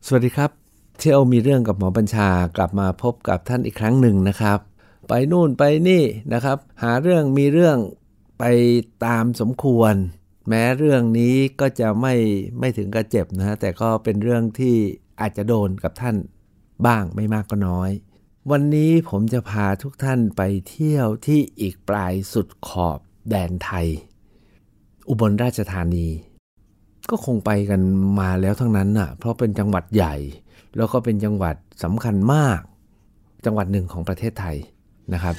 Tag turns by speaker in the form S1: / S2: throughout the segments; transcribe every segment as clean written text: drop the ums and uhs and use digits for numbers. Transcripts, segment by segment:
S1: สวัสดีครับเที่ยวมีเรื่องกับหมอบัญชากลับมาพบกับท่านอีกครั้งหนึ่งนะครับไปนู่นไปนี่นะครับหาเรื่องมีเรื่องไปตามสมควรแม้เรื่องนี้ก็จะไม่ถึงกับเจ็บนะฮะแต่ก็เป็นเรื่องที่อาจจะโดนกับท่านบ้างไม่มากก็น้อยวันนี้ผมจะพาทุกท่านไปเที่ยวที่อีกปลายสุดขอบแดนไทยอุบลราชธานีก็คงไปกันมาแล้วทั้งนั้นน่ะเพราะเป็นจังหวัดใหญ่แล้วก็เป็นจังหวัดสำคัญมากจังหวัดหนึ่งของประเทศไทยนะครับ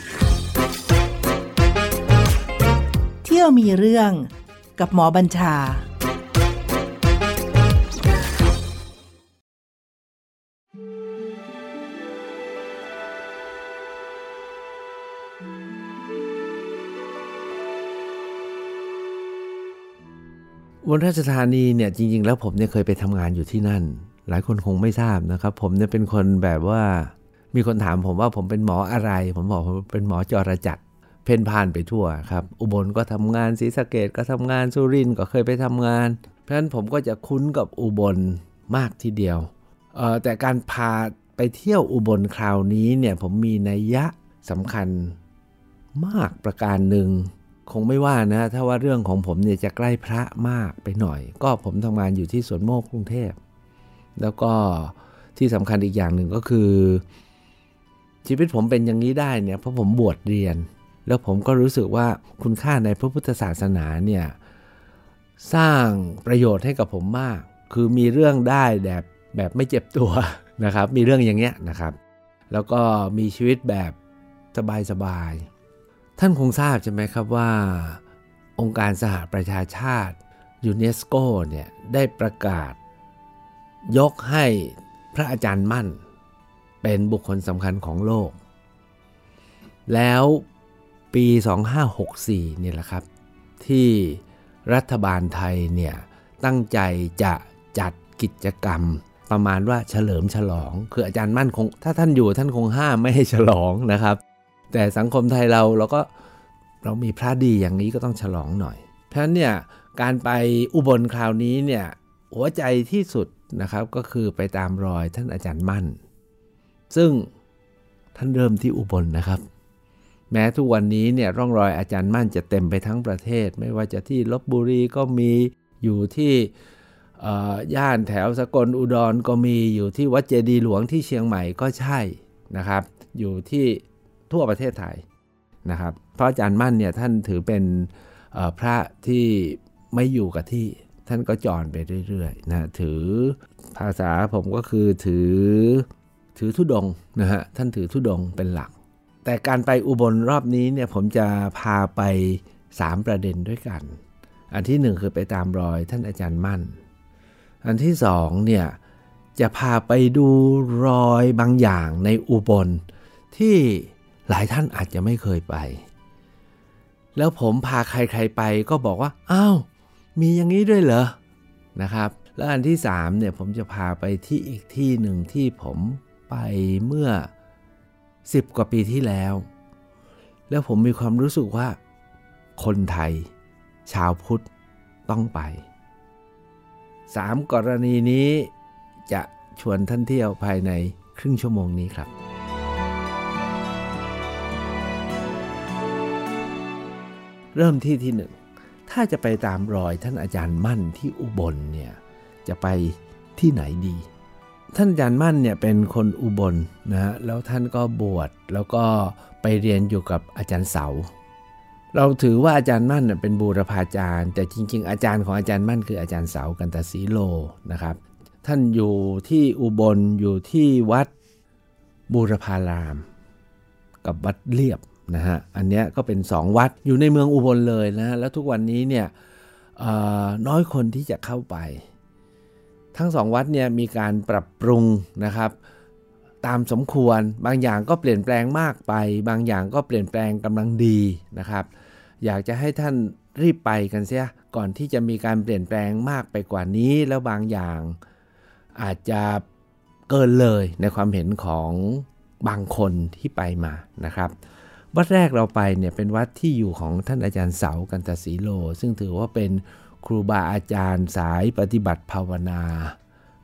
S2: เที่ยวมีเรื่องกับหมอบัญชา
S1: อุบลราชธานีเนี่ยจริงๆแล้วผมเนี่ยเคยไปทำงานอยู่ที่นั่นหลายคนคงไม่ทราบนะครับผมเนี่ยเป็นคนแบบว่ามีคนถามผมว่าผมเป็นหมออะไรผมบอกผมเป็นหมอจรจักรเพ่นพ่านไปทั่วครับอุบลก็ทำงานศรีสะเกษก็ทำงานสุรินทร์ก็เคยไปทำงานเพราะฉะนั้นผมก็จะคุ้นกับอุบลมากทีเดียวแต่การพาไปเที่ยวอุบลคราวนี้เนี่ยผมมีนัยยะสำคัญมากประการหนึ่งคงไม่ว่านะถ้าว่าเรื่องของผมเนี่ยจะใกล้พระมากไปหน่อยก็ผมทำงานอยู่ที่สวนโมกกรุงเทพแล้วก็ที่สำคัญอีกอย่างหนึ่งก็คือชีวิตผมเป็นอย่างนี้ได้เนี่ยเพราะผมบวชเรียนแล้วผมก็รู้สึกว่าคุณค่าในพระพุทธศาสนาเนี่ยสร้างประโยชน์ให้กับผมมากคือมีเรื่องได้แบบไม่เจ็บตัวนะครับมีเรื่องอย่างเงี้ยนะครับแล้วก็มีชีวิตแบบสบายๆท่านคงทราบใช่ไหมครับว่าองค์การสหประชาชาติยูเนสโกเนี่ยได้ประกาศยกให้พระอาจารย์มั่นเป็นบุคคลสำคัญของโลกแล้วปี2564เนี่ยแหละครับที่รัฐบาลไทยเนี่ยตั้งใจจะจัดกิจกรรมประมาณว่าเฉลิมฉลองคืออาจารย์มั่นคงถ้าท่านอยู่ท่านคงห้ามไม่ให้ฉลองนะครับแต่สังคมไทยเรามีพระดีอย่างนี้ก็ต้องฉลองหน่อยเพราะฉะนั้นเนี่ยการไปอุบลคราวนี้เนี่ยหัวใจที่สุดนะครับก็คือไปตามรอยท่านอาจารย์มั่นซึ่งท่านเริ่มที่อุบลนะครับแม้ทุกวันนี้เนี่ยร่องรอยอาจารย์มั่นจะเต็มไปทั้งประเทศไม่ว่าจะที่ลพบุรีก็มีอยู่ที่ย่านแถวสกลอุดรก็มีอยู่ที่วัดเจดีย์หลวงที่เชียงใหม่ก็ใช่นะครับอยู่ที่ทั่วประเทศไทยนะครับเพราะอาจารย์มั่นเนี่ยท่านถือเป็นพระที่ไม่อยู่กับที่ท่านก็จรไปเรื่อยๆนะถือภาษาผมก็คือถือธุดงค์นะฮะท่านถือธุดงค์เป็นหลักแต่การไปอุบลรอบนี้เนี่ยผมจะพาไป3ประเด็นด้วยกันอันที่1คือไปตามรอยท่านอาจารย์มั่นอันที่2เนี่ยจะพาไปดูรอยบางอย่างในอุบลที่หลายท่านอาจจะไม่เคยไปแล้วผมพาใครๆไปก็บอกว่าอ้าวมีอย่างนี้ด้วยเหรอนะครับแล้วอันที่3เนี่ยผมจะพาไปที่อีกที่หนึ่งที่ผมไปเมื่อ10 กว่าปีที่แล้วผมมีความรู้สึกว่าคนไทยชาวพุทธต้องไป3กรณีนี้จะชวนท่านเที่ยวภายในครึ่งชั่วโมงนี้ครับเริ่มที่1ถ้าจะไปตามรอยท่านอาจารย์มั่นที่อุบลเนี่ยจะไปที่ไหนดีท่านอาจารย์มั่นเนี่ยเป็นคนอุบลนะฮะแล้วท่านก็บวชแล้วก็ไปเรียนอยู่กับอาจารย์เสาเราถือว่าอาจารย์มั่นเป็นบูรพาจารย์แต่จริงๆอาจารย์ของอาจารย์มั่นคืออาจารย์เสากันตศรีโลนะครับท่านอยู่ที่อุบลอยู่ที่วัดบูรพารามกับวัดเลียบนะฮะอันนี้ก็เป็น2วัดอยู่ในเมืองอุบลเลยนะแล้วทุกวันนี้เนี่ยน้อยคนที่จะเข้าไปทั้ง2วัดเนี่ยมีการปรับปรุงนะครับตามสมควรบางอย่างก็เปลี่ยนแปลงมากไปบางอย่างก็เปลี่ยนแปลงกำลังดีนะครับอยากจะให้ท่านรีบไปกันเสียก่อนที่จะมีการเปลี่ยนแปลงมากไปกว่านี้แล้วบางอย่างอาจจะเกินเลยในความเห็นของบางคนที่ไปมานะครับวัดแรกเราไปเนี่ยเป็นวัดที่อยู่ของท่านอาจารย์เสากันตศรีโลซึ่งถือว่าเป็นครูบาอาจารย์สายปฏิบัติภาวนา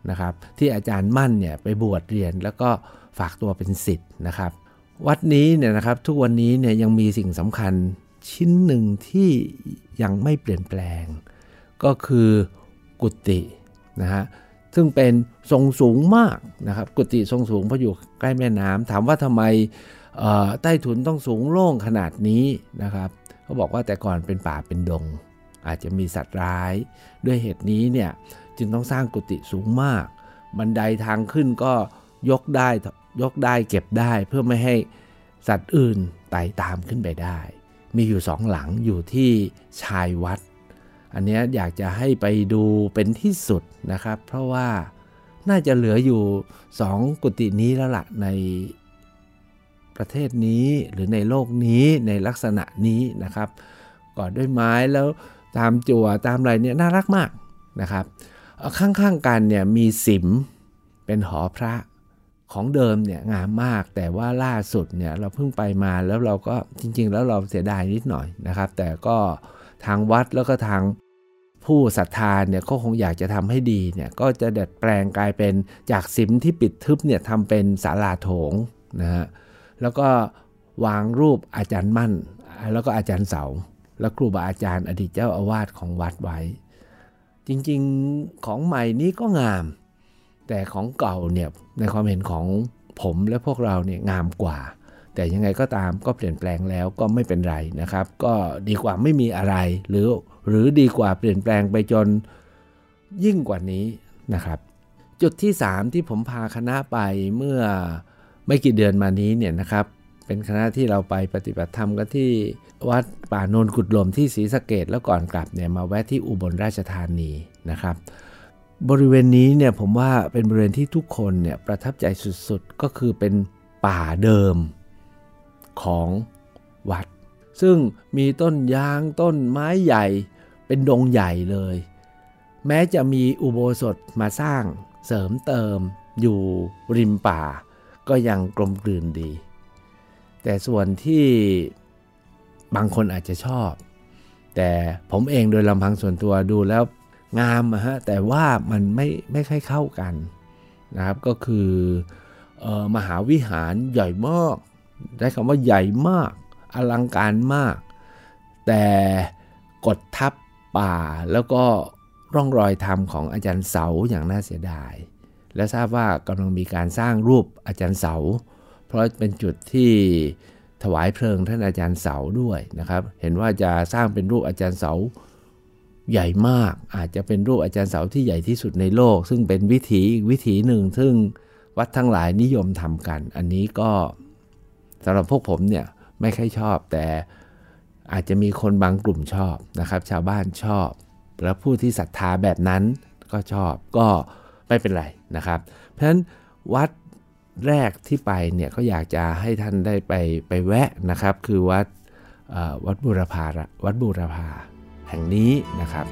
S1: นะครับที่อาจารย์มั่นเนี่ยไปบวชเรียนแล้วก็ฝากตัวเป็นศิษย์นะครับวัดนี้เนี่ยนะครับทุกวันนี้เนี่ยยังมีสิ่งสำคัญชิ้นหนึ่งที่ยังไม่เปลี่ยนแปลงก็คือกุฏินะฮะซึ่งเป็นทรงสูงมากนะครับกุฏิทรงสูงเพราะอยู่ใกล้แม่น้ำถามว่าทำไมใต้ถุนต้องสูงโล่งขนาดนี้นะครับเขาบอกว่าแต่ก่อนเป็นป่าเป็นดงอาจจะมีสัตว์ร้ายด้วยเหตุนี้เนี่ยจึงต้องสร้างกุฏิสูงมากบันไดทางขึ้นก็ยกได้เก็บได้เพื่อไม่ให้สัตว์อื่นไต่ตามขึ้นไปได้มีอยู่2หลังอยู่ที่ชายวัดอันนี้อยากจะให้ไปดูเป็นที่สุดนะครับเพราะว่าน่าจะเหลืออยู่2กุฏินี้แล้วล่ะในประเทศนี้หรือในโลกนี้ในลักษณะนี้นะครับก่อด้วยไม้แล้วตามจั่วตามอะไรเนี่ยน่ารักมากนะครับข้างๆกันเนี่ยมีสิมเป็นหอพระของเดิมเนี่ยงามมากแต่ว่าล่าสุดเนี่ยเราเพิ่งไปมาแล้วเราก็จริงๆแล้วเราเสียดายนิดหน่อยนะครับแต่ก็ทางวัดแล้วก็ทางผู้ศรัทธาเนี่ยก็คงอยากจะทำให้ดีเนี่ยก็จะดัดแปลงกลายเป็นจากสิมที่ปิดทึบเนี่ยทำเป็นศาลาโถงนะฮะแล้วก็วางรูปอาจารย์มั่นแล้วก็อาจารย์เสาและครูบาอาจารย์อดีตเจ้าอาวาสของวัดไว้จริงๆของใหม่นี้ก็งามแต่ของเก่าเนี่ยในความเห็นของผมและพวกเราเนี่ยงามกว่าแต่ยังไงก็ตามก็เปลี่ยนแปลงแล้วก็ไม่เป็นไรนะครับก็ดีกว่าไม่มีอะไรหรือดีกว่าเปลี่ยนแปลงไปจนยิ่งกว่านี้นะครับจุดที่3ที่ผมพาคณะไปเมื่อไม่กี่เดือนมานี้เนี่ยนะครับเป็นคณะที่เราไปปฏิบัติธรรมกันที่วัดป่าโนนกุดลมที่ศรีสะเกษแล้วก่อนกลับเนี่ยมาแวะที่อุบลราชธานีนะครับบริเวณนี้เนี่ยผมว่าเป็นบริเวณที่ทุกคนเนี่ยประทับใจสุดๆก็คือเป็นป่าเดิมของวัดซึ่งมีต้นยางต้นไม้ใหญ่เป็นดงใหญ่เลยแม้จะมีอุโบสถมาสร้างเสริมเติมอยู่ริมป่าก็ยังกลมกลืนดีแต่ส่วนที่บางคนอาจจะชอบแต่ผมเองโดยลำพังส่วนตัวดูแล้วงามฮะแต่ว่ามันไม่ค่อยเข้ากันนะครับก็คือมหาวิหารใหญ่มากได้คำว่าใหญ่มากอลังการมากแต่กดทับป่าแล้วก็ร่องรอยธรรมของอาจารย์เสาอย่างน่าเสียดายและทราบว่ากำลังมีการสร้างรูปอาจารย์เสาเพราะเป็นจุดที่ถวายเพลิงท่านอาจารย์เสาด้วยนะครับเห็นว่าจะสร้างเป็นรูปอาจารย์เสาใหญ่มากอาจจะเป็นรูปอาจารย์เสาที่ใหญ่ที่สุดในโลกซึ่งเป็นวิถีหนึ่งซึ่งวัดทั้งหลายนิยมทำกันอันนี้ก็สำหรับพวกผมเนี่ยไม่ค่อยชอบแต่อาจจะมีคนบางกลุ่มชอบนะครับชาวบ้านชอบและผู้ที่ศรัทธาแบบนั้นก็ชอบก็ไม่เป็นไรนะครับเพราะฉะนั้นวัดแรกที่ไปเนี่ยก็อยากจะให้ท่านได้ไปแวะนะครับคือวัดบูรพาแห่งนี้นะครับ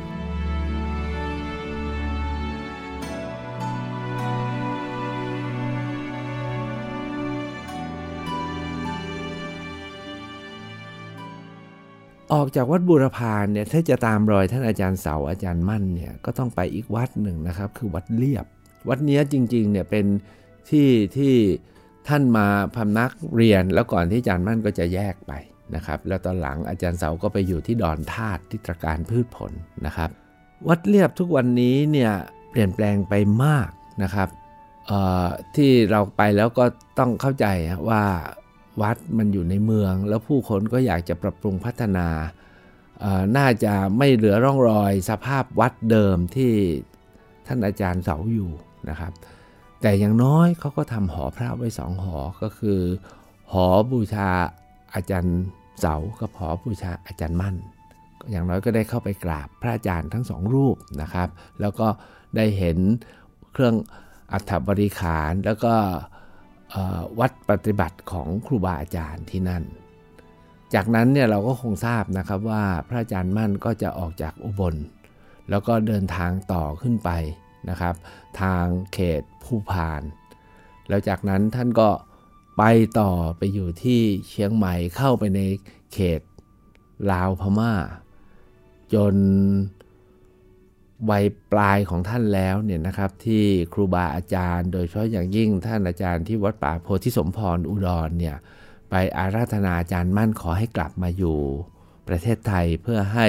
S1: ออกจากวัดบูรพาเนี่ยถ้าจะตามรอยท่านอาจารย์เสาอาจารย์มั่นเนี่ยก็ต้องไปอีกวัดหนึ่งนะครับคือวัดเลียบวัดนี้จริงๆเนี่ยเป็นที่ท่านมาพำนักเรียนแล้วก่อนที่อาจารย์มั่นก็จะแยกไปนะครับแล้วตอนหลังอาจารย์เสาก็ไปอยู่ที่ดอนธาตุที่ตระการพืชผลนะครับวัดเลียบทุกวันนี้เนี่ยเปลี่ยนแปลงไปมากนะครับที่เราไปแล้วก็ต้องเข้าใจว่าวัดมันอยู่ในเมืองแล้วผู้คนก็อยากจะปรับปรุงพัฒนาน่าจะไม่เหลือร่องรอยสภาพวัดเดิมที่ท่านอาจารย์เสาอยู่นะครับแต่อย่างน้อยเขาก็ทำหอพระไว้2หอก็คือหอบูชาอาจารย์เสากับหอบูชาอาจารย์มั่นอย่างน้อยก็ได้เข้าไปกราบพระอาจารย์ทั้ง2รูปนะครับแล้วก็ได้เห็นเครื่องอัฐบริขารแล้วก็วัดปฏิบัติของครูบาอาจารย์ที่นั่นจากนั้นเนี่ยเราก็คงทราบนะครับว่าพระอาจารย์มั่นก็จะออกจากอุบลแล้วก็เดินทางต่อขึ้นไปนะครับทางเขตภูพานแล้วจากนั้นท่านก็ไปต่อไปอยู่ที่เชียงใหม่เข้าไปในเขตลาวพม่าจนวัยปลายของท่านแล้วเนี่ยนะครับที่ครูบาอาจารย์โดยเฉพาะอย่างยิ่งท่านอาจารย์ที่วัดป่าโพธิสมพรอุดรเนี่ยไปอาราธนาอาจารย์มั่นขอให้กลับมาอยู่ประเทศไทยเพื่อให้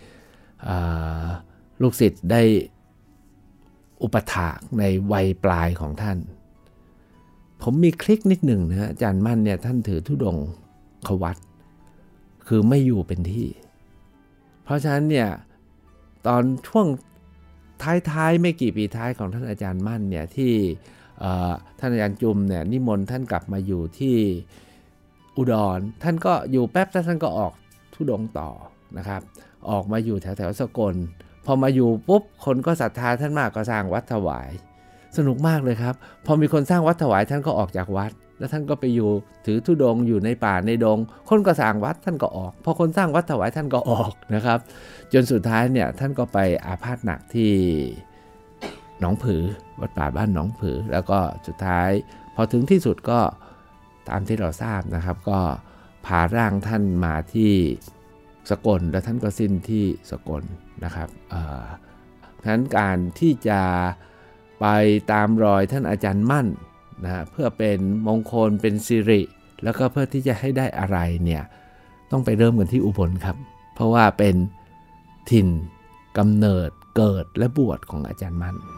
S1: ลูกศิษย์ได้อุปถากในวัยปลายของท่านผมมีคลิกนิดหนึ่งนะอาจารย์มั่นเนี่ยท่านถือธุดงควัตรคือไม่อยู่เป็นที่เพราะฉะนั้นเนี่ยตอนช่วงท้ายไม่กี่ปีท้ายของท่านอาจารย์มั่นเนี่ยที่ท่านอาจารย์จุมเนี่ยนิมนต์ท่านกลับมาอยู่ที่อุดรท่านก็อยู่แป๊บแล้วท่านก็ออกธุดงค์ต่อนะครับออกมาอยู่แถวสกลพอมาอยู่ปุ๊บคนก็ศรัทธาท่านมากก็สร้างวัดถวายสนุกมากเลยครับพอมีคนสร้างวัดถวายท่านก็ออกจากวัดแล้วท่านก็ไปอยู่ถือธุดงค์อยู่ในป่าในดงคนก็สร้างวัดท่านก็ออกพอคนสร้างวัดถวายท่านก็ออกนะครับจนสุดท้ายเนี่ยท่านก็ไปอาพาธหนักที่หนองผือวัดป่าบ้านหนองผือแล้วก็สุดท้ายพอถึงที่สุดก็ตามที่เราทราบนะครับก็พาร่างท่านมาที่สกลแล้วท่านก็สิ้นที่สกลนะครับฉะนั้นการที่จะไปตามรอยท่านอาจารย์มั่นนะเพื่อเป็นมงคลเป็นสิริแล้วก็เพื่อที่จะให้ได้อะไรเนี่ยต้องไปเริ่มกันที่อุบลครับเพราะว่าเป็นถิ่นกำเนิดเกิดและบวชของอาจารย์มั่น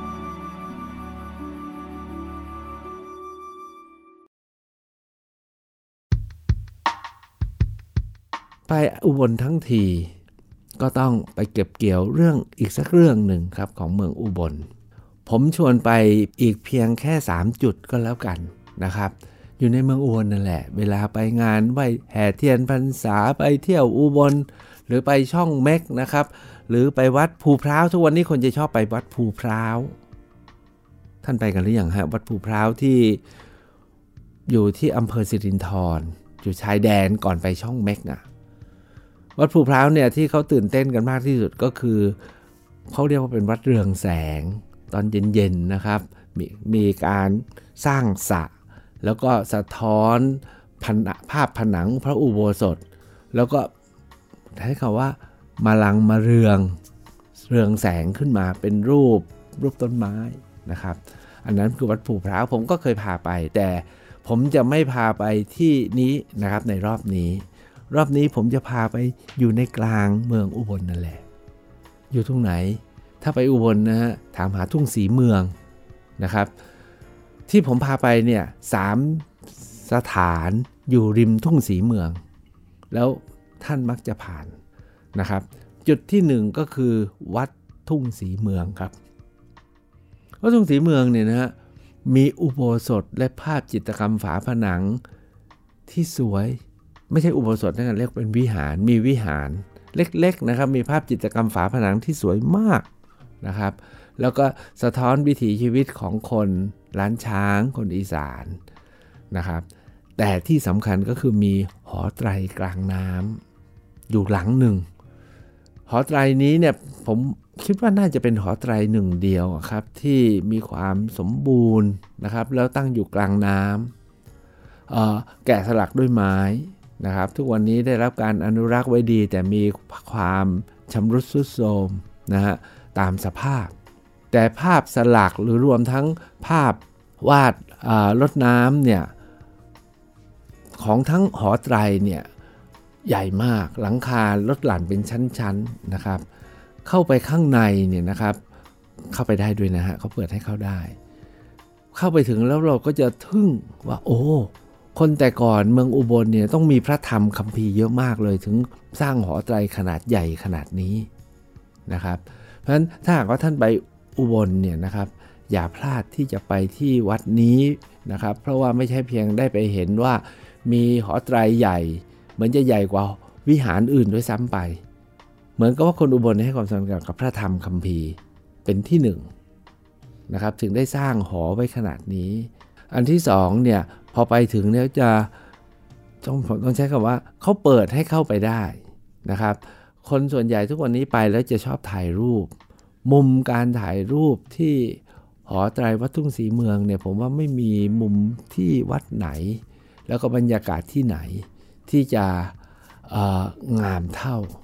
S1: ไปอุบลทั้งทีก็ต้องไปเก็บเกี่ยวเรื่องอีกสักเรื่องหนึ่งครับของเมืองอุบลผมชวนไปอีกเพียงแค่3จุดก็แล้วกันนะครับอยู่ในเมืองอุบลนั่นแหละเวลาไปงานไหว้แห่เทียนพรรษาไปเที่ยวอุบลหรือไปช่องเม็กนะครับหรือไปวัดภูพร้าวทุกวันนี้คนจะชอบไปวัดภูพร้าวท่านไปกันหรือยังฮะวัดภูพร้าวที่อยู่ที่อำเภอสิรินธรอยู่ชายแดนก่อนไปช่องเม็กนะวัดภูพร้าวเนี่ยที่เขาตื่นเต้นกันมากที่สุดก็คือเขาเรียกว่าเป็นวัดเรืองแสงตอนเย็นๆนะครับมีการสร้างสระแล้วก็สะท้อนภาพผนังพระอุโบสถแล้วก็ใช้คำว่ามาลังมาเรืองแสงขึ้นมาเป็นรูปต้นไม้นะครับอันนั้นคือวัดภูพร้าวผมก็เคยพาไปแต่ผมจะไม่พาไปที่นี้นะครับในรอบนี้ผมจะพาไปอยู่ในกลางเมืองอุบลนั่นแหละอยู่ตรงไหนถ้าไปอุบลนะฮะถามหาทุ่งศรีเมืองนะครับที่ผมพาไปเนี่ย3สถานอยู่ริมทุ่งศรีเมืองแล้วท่านมักจะผ่านนะครับจุดที่1ก็คือวัดทุ่งศรีเมืองครับวัดทุ่งศรีเมืองเนี่ยนะฮะมีอุโบสถและภาพจิตรกรรมฝาผนังที่สวยไม่ใช่อุโบสถนั่นเรียกเป็นวิหารมีวิหารเล็กๆนะครับมีภาพจิตรกรรมฝาผนังที่สวยมากนะครับแล้วก็สะท้อนวิถีชีวิตของคนล้านช้างคนอีสานนะครับแต่ที่สำคัญก็คือมีหอไตรกลางน้ำอยู่หลังหนึ่งหอไตรนี้เนี่ยผมคิดว่าน่าจะเป็นหอไตรหนึ่งเดียวครับที่มีความสมบูรณ์นะครับแล้วตั้งอยู่กลางน้ำแกะสลักด้วยไม้นะครับทุกวันนี้ได้รับการอนุรักษ์ไว้ดีแต่มีความชำรุดทรุดโทรมนะฮะตามสภาพแต่ภาพสลักหรือรวมทั้งภาพวาดรดน้ำเนี่ยของทั้งหอไตรเนี่ยใหญ่มากหลังคาลดหลั่นเป็นชั้นๆนะครับเข้าไปข้างในเนี่ยนะครับเข้าไปได้ด้วยนะฮะเขาเปิดให้เข้าได้เข้าไปถึงแล้วเราก็จะทึ่งว่าโอ้คนแต่ก่อนเมืองอุบลเนี่ยต้องมีพระธรรมคัมภีร์เยอะมากเลยถึงสร้างหอไตรขนาดใหญ่ขนาดนี้นะครับเพราะฉะนั้นถ้าหากว่าท่านไปอุบลเนี่ยนะครับอย่าพลาดที่จะไปที่วัดนี้นะครับเพราะว่าไม่ใช่เพียงได้ไปเห็นว่ามีหอไตรใหญ่เหมือนจะใหญ่กว่าวิหารอื่นด้วยซ้ำไปเหมือนกับว่าคนอุบลให้ความสำคัญกับพระธรรมคัมภีร์เป็นที่1นะครับถึงได้สร้างหอไว้ขนาดนี้อันที่2เนี่ยพอไปถึงเนี่ยจะต้องใช้คำว่าเขาเปิดให้เข้าไปได้นะครับคนส่วนใหญ่ทุกวันนี้ไปแล้วจะชอบถ่ายรูปมุมการถ่ายรูปที่หอไตรวัดทุ่งศรีเมืองเนี่ยผมว่าไม่มีมุมที่วัดไหนแล้วก็บรรยากาศที่ไหนที่จะงามเท่า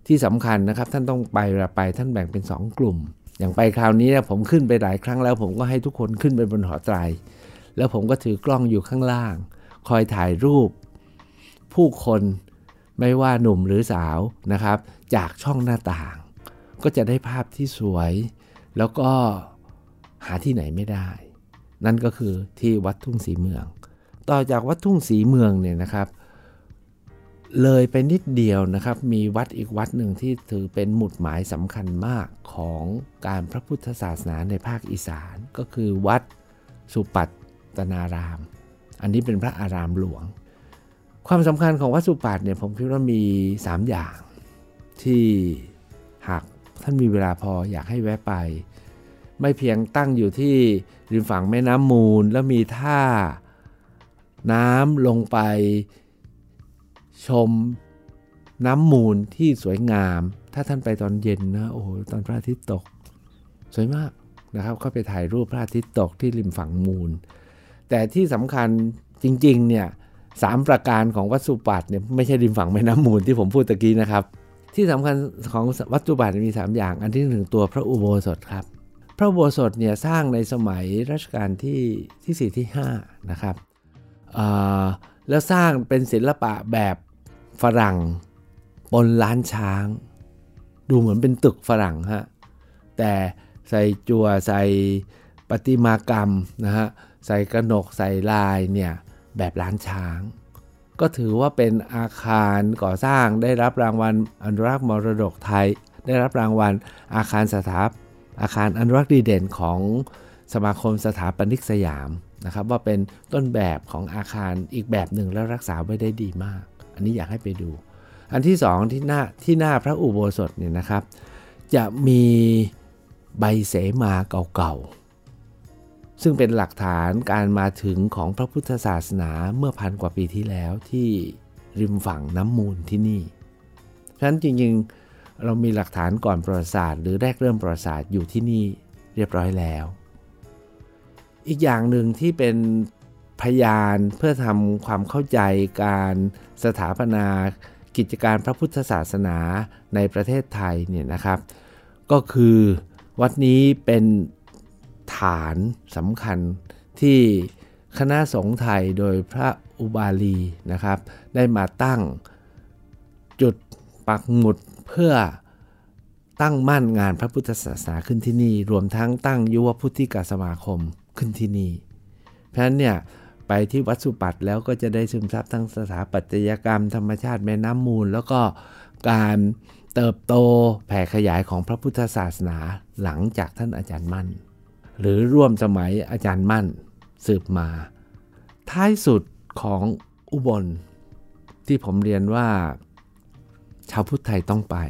S1: ที่สำคัญนะครับท่านต้องไปท่านแบ่งเป็น2กลุ่มอย่างไปคราวนี้นะผมขึ้นไปหลายครั้งแล้วผมก็ให้ทุกคนขึ้นไปบนหอไตรแล้วผมก็ถือกล้องอยู่ข้างล่างคอยถ่ายรูปผู้คนไม่ว่าหนุ่มหรือสาวนะครับจากช่องหน้าต่างก็จะได้ภาพที่สวยแล้วก็หาที่ไหนไม่ได้นั่นก็คือที่วัดทุ่งศรีเมืองต่อจากวัดทุ่งศรีเมืองเนี่ยนะครับเลยไปนิดเดียวนะครับมีวัดอีกวัดหนึ่งที่ถือเป็นหมุดหมายสำคัญมากของการพระพุทธศาสนาในภาคอีสานก็คือวัดสุปัตตนารามอันนี้เป็นพระอารามหลวงความสำคัญของวัดสุปัตเนี่ยผมคิดว่ามี3อย่างที่หากท่านมีเวลาพออยากให้แวะไปไม่เพียงตั้งอยู่ที่ริมฝั่งแม่น้ำมูลแล้วมีท่าน้ำลงไปชมน้ำมูลที่สวยงามถ้าท่านไปตอนเย็นนะโอ้โหตอนพระอาทิตย์ตกสวยมากนะครับเข้าไปถ่ายรูปพระอาทิตย์ตกที่ริมฝั่งมูลแต่ที่สำคัญจริงๆเนี่ย3ประการของวัดสุปัตเนี่ยไม่ใช่ริมฝั่งแม่น้ำมูลที่ผมพูดตะกี้นะครับที่สำคัญของวัดสุปัตมี3อย่างอันที่1ตัวพระอุโบสถครับพระอุโบสถเนี่ยสร้างในสมัยรัชกาลที่4ที่5นะครับแล้วสร้างเป็นศิลปะแบบฝรั่งปนล้านช้างดูเหมือนเป็นตึกฝรั่งฮะแต่ใส่จั่วใส่ประติมากรรมนะฮะใส่กระหนกใส่ลายเนี่ยแบบล้านช้างก็ถือว่าเป็นอาคารก่อสร้างได้รับรางวัลอนุรักษ์มรดกไทยได้รับรางวัลอาคารอนุรักษ์ดีเด่นของสมาคมสถาปนิกสยามนะครับว่าเป็นต้นแบบของอาคารอีกแบบหนึ่งแล้วรักษาไว้ได้ดีมากอันนี้อยากให้ไปดูอันที่2ที่หน้าพระอุโบสถเนี่ยนะครับจะมีใบเสมาเก่าๆซึ่งเป็นหลักฐานการมาถึงของพระพุทธศาสนาเมื่อ1,000 กว่าปีที่แล้วที่ริมฝั่งน้ำมูลที่นี่ฉะนั้นจริงๆเรามีหลักฐานก่อนประวัติศาสตร์หรือแรกเริ่มประวัติศาสตร์อยู่ที่นี่เรียบร้อยแล้วอีกอย่างหนึ่งที่เป็นพยานเพื่อทำความเข้าใจการสถาปนากิจการพระพุทธศาสนาในประเทศไทยเนี่ยนะครับก็คือวัดนี้เป็นฐานสำคัญที่คณะสงฆ์ไทยโดยพระอุบาลีนะครับได้มาตั้งจุดปักหมุดเพื่อตั้งมั่นงานพระพุทธศาสนาขึ้นที่นี่รวมทั้งตั้งยุวพุทธิกสมาคมขึ้นที่นี่เพราะฉะนั้นเนี่ยไปที่วัดสุปัตแล้วก็จะได้ซึมซับทั้งสถาปัตยกรรมธรรมชาติแม่น้ำมูลแล้วก็การเติบโตแผ่ขยายของพระพุทธศาสนาหลังจากท่านอาจารย์มั่นหรือร่วมสมัยอาจารย์มั่นสืบมาท้ายสุดของอุบลที่ผมเรียนว่าชาวพุทธไทยต้องไป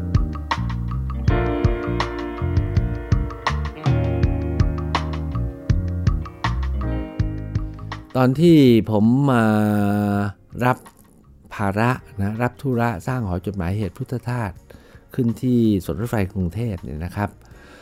S1: ตอนที่ผมมารับภาระนะรับธุระสร้างหอจดหมายเหตุพุทธทาสขึ้นที่สวนรถไฟกรุงเทพเนี่ยนะครับ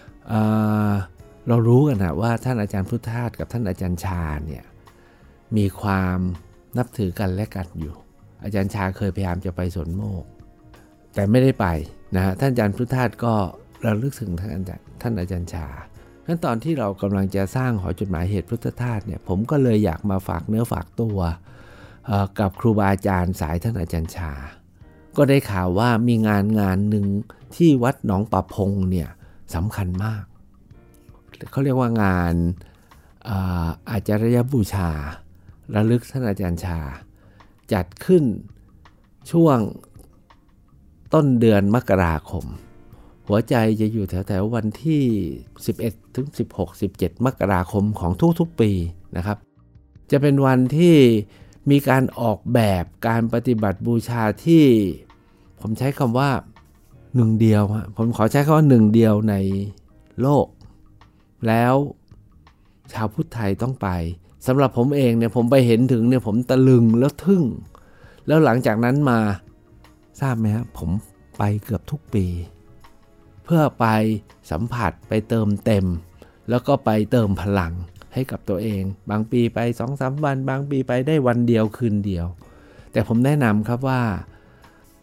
S1: เรารู้กันนะว่าท่านอาจารย์พุทธทาสกับท่านอาจารย์ชาเนี่ยมีความนับถือกันและกันอยู่อาจารย์ชาเคยพยายามจะไปสวนโมกแต่ไม่ได้ไปนะท่านอาจารย์พุทธทาสก็ระลึกถึงท่านอาจารย์ชางั้นตอนที่เรากำลังจะสร้างหอจดหมายเหตุพุทธทาสเนี่ยผมก็เลยอยากมาฝากเนื้อฝากตัวกับครูบาอาจารย์สายท่านอาจารย์ชาก็ได้ข่าวว่ามีงานหนึ่งที่วัดหนองป่าพงเนี่ยสำคัญมากเขาเรียกว่างานอาจารยบูชาระลึกท่านอาจารย์ชาจัดขึ้นช่วงต้นเดือนมกราคมหัวใจจะอยู่แถวๆวันที่11ถึง16 17มกราคมของทุกๆปีนะครับจะเป็นวันที่มีการออกแบบการปฏิบัติบูชาที่ผมใช้คำว่าหนึ่งเดียวผมขอใช้คำว่าหนึ่งเดียวในโลกแล้วชาวพุทธไทยต้องไปสำหรับผมเองเนี่ยผมไปเห็นถึงเนี่ยผมตะลึงแล้วทึ่งแล้วหลังจากนั้นมาทราบไหมครับผมไปเกือบทุกปีเพื่อไปสัมผัสไปเติมเต็มแล้วก็ไปเติมพลังให้กับตัวเองบางปีไป 2-3 วันบางปีไปได้วันเดียวคืนเดียวแต่ผมแนะนำครับว่า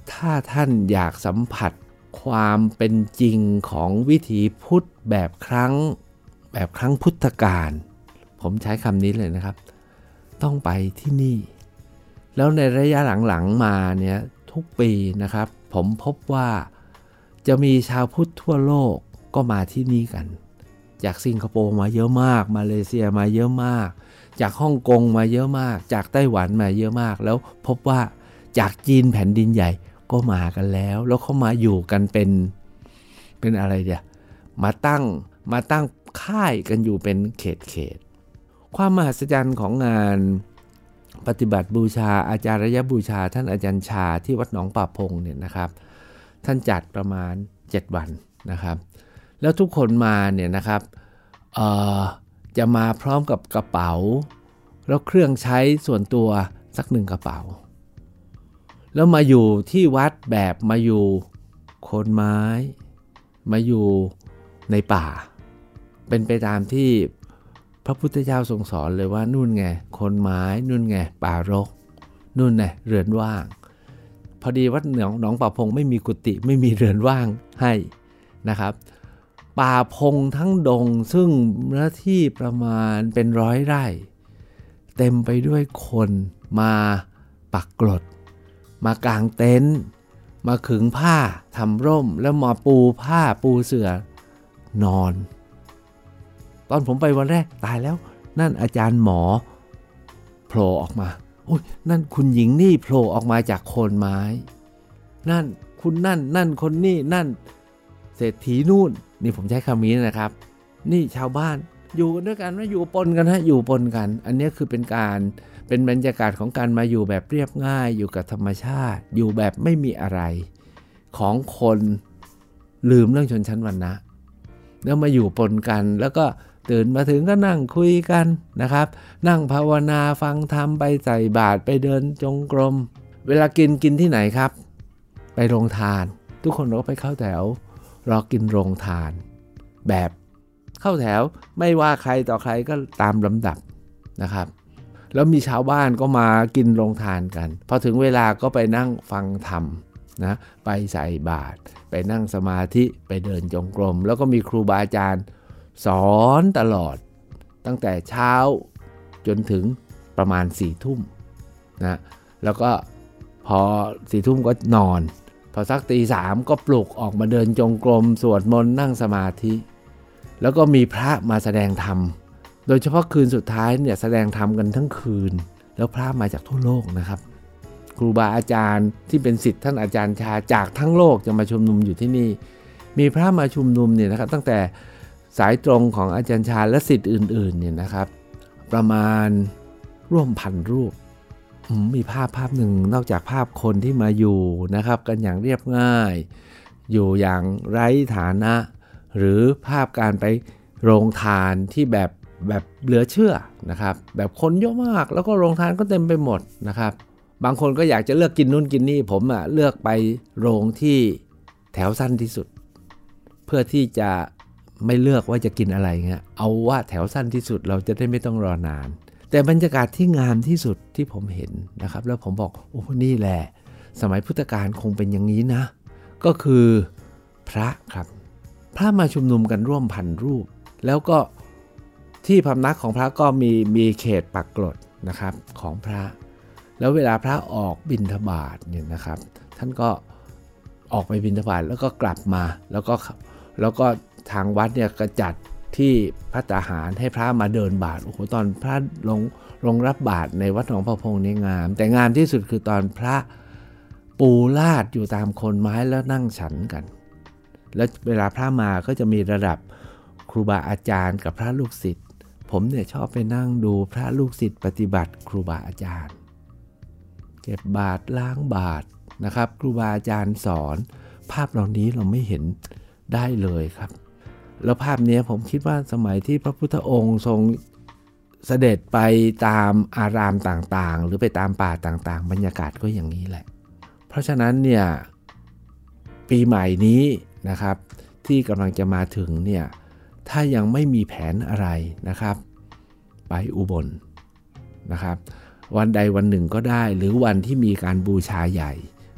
S1: ถ้าท่านอยากสัมผัสความเป็นจริงของวิถีพุทธแบบครั้งพุทธกาลผมใช้คำนี้เลยนะครับต้องไปที่นี่แล้วในระยะหลังๆมาเนี่ยทุกปีนะครับผมพบว่าจะมีชาวพุทธทั่วโลกก็มาที่นี่กันจากสิงคโปร์มาเยอะมากมาเลเซียมาเยอะมากจากฮ่องกงมาเยอะมากจากไต้หวันมาเยอะมากแล้วพบว่าจากจีนแผ่นดินใหญ่ก็มากันแล้วเขามาอยู่กันเป็นอะไรเดียวมาตั้งค่ายกันอยู่เป็นเขตความมหัศจรรย์ของงานปฏิบัติบูชาอาจารยบูชาท่านอาจารย์ชาที่วัดหนองป่าพงเนี่ยนะครับท่านจัดประมาณ7วันนะครับแล้วทุกคนมาเนี่ยนะครับจะมาพร้อมกับกระเป๋าแล้วเครื่องใช้ส่วนตัวสัก1กระเป๋าแล้วมาอยู่ที่วัดแบบมาอยู่โคนไม้มาอยู่ในป่าเป็นไปตามที่พระพุทธเจ้าทรงสอนเลยว่านู่นไงโคนไม้นู่นไงป่ารกนู่นไงเรือนว่างพอดีวัดหนองป่าพงไม่มีกุฏิไม่มีเรือนว่างให้นะครับป่าพงทั้งดงซึ่งเนื้อที่ประมาณเป็น100 ไร่เต็มไปด้วยคนมาปักกลดมากางเต็นท์มาขึงผ้าทำร่มแล้วมาปูผ้าปูเสื่อนอนตอนผมไปวันแรกตายแล้วนั่นอาจารย์หมอโผล่ออกมาอุ้ยนั่นคุณหญิงนี่โผล่ออกมาจากโคนไม้นั่นคุณนั่นคนนี่นั่นเศรษฐีนู่นนี่ผมใช้คำนี้นะครับนี่ชาวบ้านอยู่กันด้วยกันนะอยู่ปนกันอยู่ปนกันอันนี้คือเป็นบรรยากาศของการมาอยู่แบบเรียบง่ายอยู่กับธรรมชาติอยู่แบบไม่มีอะไรของคนลืมเรื่องชนชั้นวรรณะแล้วมาอยู่ปนกันแล้วก็ตื่นมาถึงก็นั่งคุยกันนะครับนั่งภาวนาฟังธรรมไปใส่บาตรไปเดินจงกรมเวลากินที่ไหนครับไปโรงทานทุกคนก็ไปเข้าแถวรอกินโรงทานแบบเข้าแถวไม่ว่าใครต่อใครก็ตามลำดับนะครับแล้วมีชาวบ้านก็มากินโรงทานกันพอถึงเวลาก็ไปนั่งฟังธรรมนะไปใส่บาตรไปนั่งสมาธิไปเดินจงกรมแล้วก็มีครูบาอาจารย์สอนตลอดตั้งแต่เช้าจนถึงประมาณ4 ทุ่มนะแล้วก็พอ4 ทุ่มก็นอนพอสักตี 3ก็ปลุกออกมาเดินจงกรมสวดมนต์นั่งสมาธิแล้วก็มีพระมาแสดงธรรมโดยเฉพาะคืนสุดท้ายเนี่ยแสดงธรรมกันทั้งคืนแล้วพระมาจากทั่วโลกนะครับครูบาอาจารย์ที่เป็นศิษย์ท่านอาจารย์ชาจากทั้งโลกจะมาชุมนุมอยู่ที่นี่มีพระมาชุมนุมเนี่ยนะครับตั้งแต่สายตรงของอาจารย์ชาและศิษย์อื่นๆเนี่ยนะครับประมาณร่วม1,000 รูปมีภาพหนึ่งนอกจากภาพคนที่มาอยู่นะครับกันอย่างเรียบง่ายอยู่อย่างไร้ฐานะหรือภาพการไปโรงทานที่แบบเหลือเชื่อนะครับแบบคนเยอะมากแล้วก็โรงทานก็เต็มไปหมดนะครับบางคนก็อยากจะเลือกกินนู่นกินนี่ผมเลือกไปโรงที่แถวสั้นที่สุดเพื่อที่จะไม่เลือกว่าจะกินอะไรเงี้ยเอาว่าแถวสั้นที่สุดเราจะได้ไม่ต้องรอนานแต่บรรยากาศที่งามที่สุดที่ผมเห็นนะครับแล้วผมบอกโอ้นี่แหละสมัยพุทธกาลคงเป็นอย่างนี้นะก็คือพระครับพระมาชุมนุมกันร่วม1,000 รูปแล้วก็ที่พำนักของพระก็มีเขตปักกลดนะครับของพระแล้วเวลาพระออกบิณฑบาตเนี่ยนะครับท่านก็ออกไปบิณฑบาตแล้วก็กลับมาแล้วก็ทางวัดเนี่ยก็จัดที่ภัตตาหารให้พระมาเดินบาตรโอ้โหตอนพระลงรับบาตรในวัดหนองป่าพงนี่งามแต่งามที่สุดคือตอนพระปูลาดอยู่ตามโคนไม้แล้วนั่งฉันกันแล้วเวลาพระมาก็จะมีระดับครูบาอาจารย์กับพระลูกศิษย์ผมเนี่ยชอบไปนั่งดูพระลูกศิษย์ปฏิบัติครูบาอาจารย์เก็บบาตรล้างบาตรนะครับครูบาอาจารย์สอนภาพเหล่านี้เราไม่เห็นได้เลยครับแล้วภาพนี้ผมคิดว่าสมัยที่พระพุทธองค์ทรงเสด็จไปตามอารามต่างๆหรือไปตามป่าต่างๆบรรยากาศก็อย่างนี้แหละเพราะฉะนั้นเนี่ยปีใหม่นี้นะครับที่กำลังจะมาถึงเนี่ยถ้ายังไม่มีแผนอะไรนะครับไปอุบลนะครับวันใดวันหนึ่งก็ได้หรือวันที่มีการบูชาใหญ่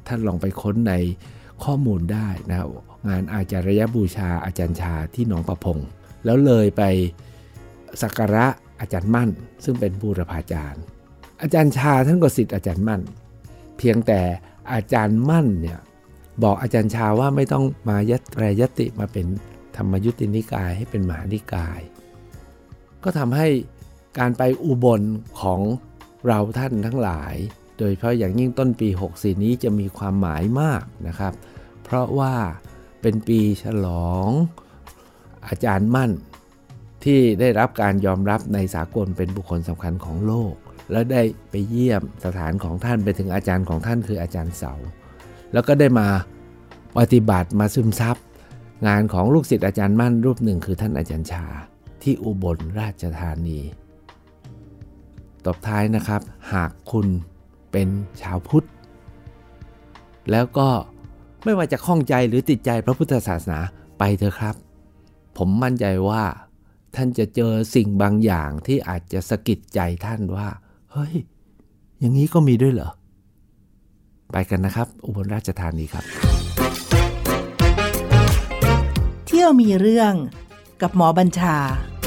S1: ท่านลองไปค้นในข้อมูลได้นะครับงานอาจารยบูชาอาจารย์ชาที่หนองประพงแล้วเลยไปสักการะอาจารย์มั่นซึ่งเป็นบูรพาจารย์อาจารย์ชาท่านก็ศิษย์อาจารย์มั่นเพียงแต่อาจารย์มั่นเนี่ยบอกอาจารย์ชาว่าไม่ต้องมาแปรยติมาเป็นธรรมยุตินิกายให้เป็นมหานิกายก็ทำให้การไปอุบลของเราท่านทั้งหลายโดยเฉพาะอย่างยิ่งต้นปี64นี้จะมีความหมายมากนะครับเพราะว่าเป็นปีฉลองอาจารย์มั่นที่ได้รับการยอมรับในสากลเป็นบุคคลสำคัญของโลกแล้วได้ไปเยี่ยมสถานของท่านไปถึงอาจารย์ของท่านคืออาจารย์เสาแล้วก็ได้มาปฏิบัติมาซึมซับงานของลูกศิษย์อาจารย์มั่นรูปหนึ่งคือท่านอาจารย์ชาที่อุบลราชธานีตบท้ายนะครับหากคุณเป็นชาวพุทธแล้วก็ไม่ว่าจะข้องใจหรือติดใจพระพุทธศาสนาไปเถอะครับผมมั่นใจว่าท่านจะเจอสิ่งบางอย่างที่อาจจะสะกิดใจท่านว่าเฮ้ยอย่างนี้ก็มีด้วยเหรอไปกันนะครับอุบลราชธานีครับ
S2: เที่ยวมีเรื่องกับหมอบัญชา